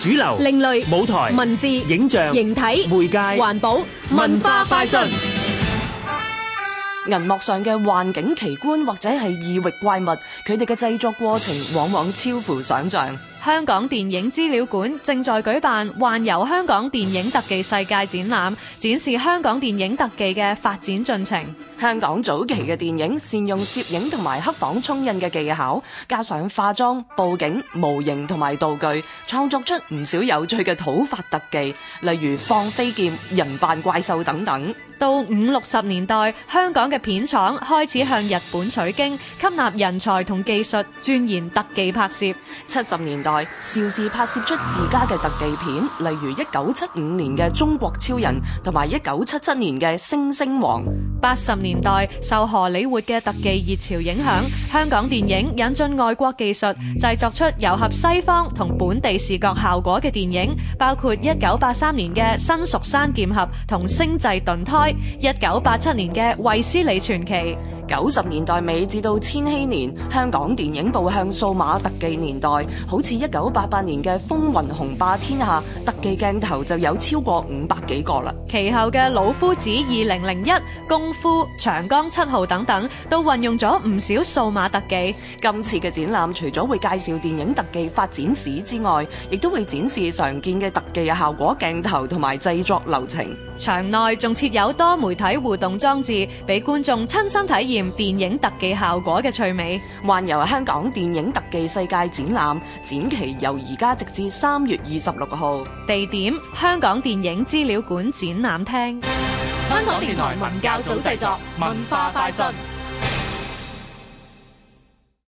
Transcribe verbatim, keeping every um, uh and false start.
主流、 另類舞台、 文字、 影像、 形體、 媒介、 環保、文化快訊。 銀幕上嘅幻境奇觀或者係異域怪物，佢哋嘅製作過程往往超乎想象。 香港電影資料館正在舉辦環遊香港電影特技世界展覽，展示香港電影特技嘅發展進程。 香港早期嘅電影善用攝影同埋黑仿沖印嘅技巧，加上化妝、佈景、模型同埋道具，創作出唔少有趣嘅土法特技，例如放飛劍、人扮怪獸等等。 到五六十年代，香港嘅片廠開始向日本取經，吸納人才同技術，鑽研特技拍攝。 七十年代，邵氏拍攝出自家嘅特技片，例如一九七五年嘅《中國超人》同埋一九七七年嘅《星星王》。 八十年代，受荷里活嘅特技熱潮影響，香港電影引進外國技術，製作出糅合西方同本地視覺效果嘅電影，包括一九八三年嘅《新蜀山劍俠》同《星際鈍胎》，一九八七年嘅《衛斯理傳奇》。 九十年代尾至到千禧年，香港電影步向數碼特技年代，好似一九八八年嘅《風雲雄霸天下》，特技鏡頭就有超過五百幾個啦。 其後嘅《老夫子二零零一》、《功夫》、《長江七號》等等，都運用咗唔少數碼特技。 今次嘅展覽除咗會介紹電影特技發展史之外，亦都會展示常見嘅特技嘅效果鏡頭同埋製作流程。 場內仲設有多媒體互動裝置，俾觀眾親身體驗電影特技效果嘅趣味。 環遊香港電影特技世界展覽，展期由而家直至三月二十六號， 地點香港電影資料館展覽廳。 香港電台文教組製作，文化快訊。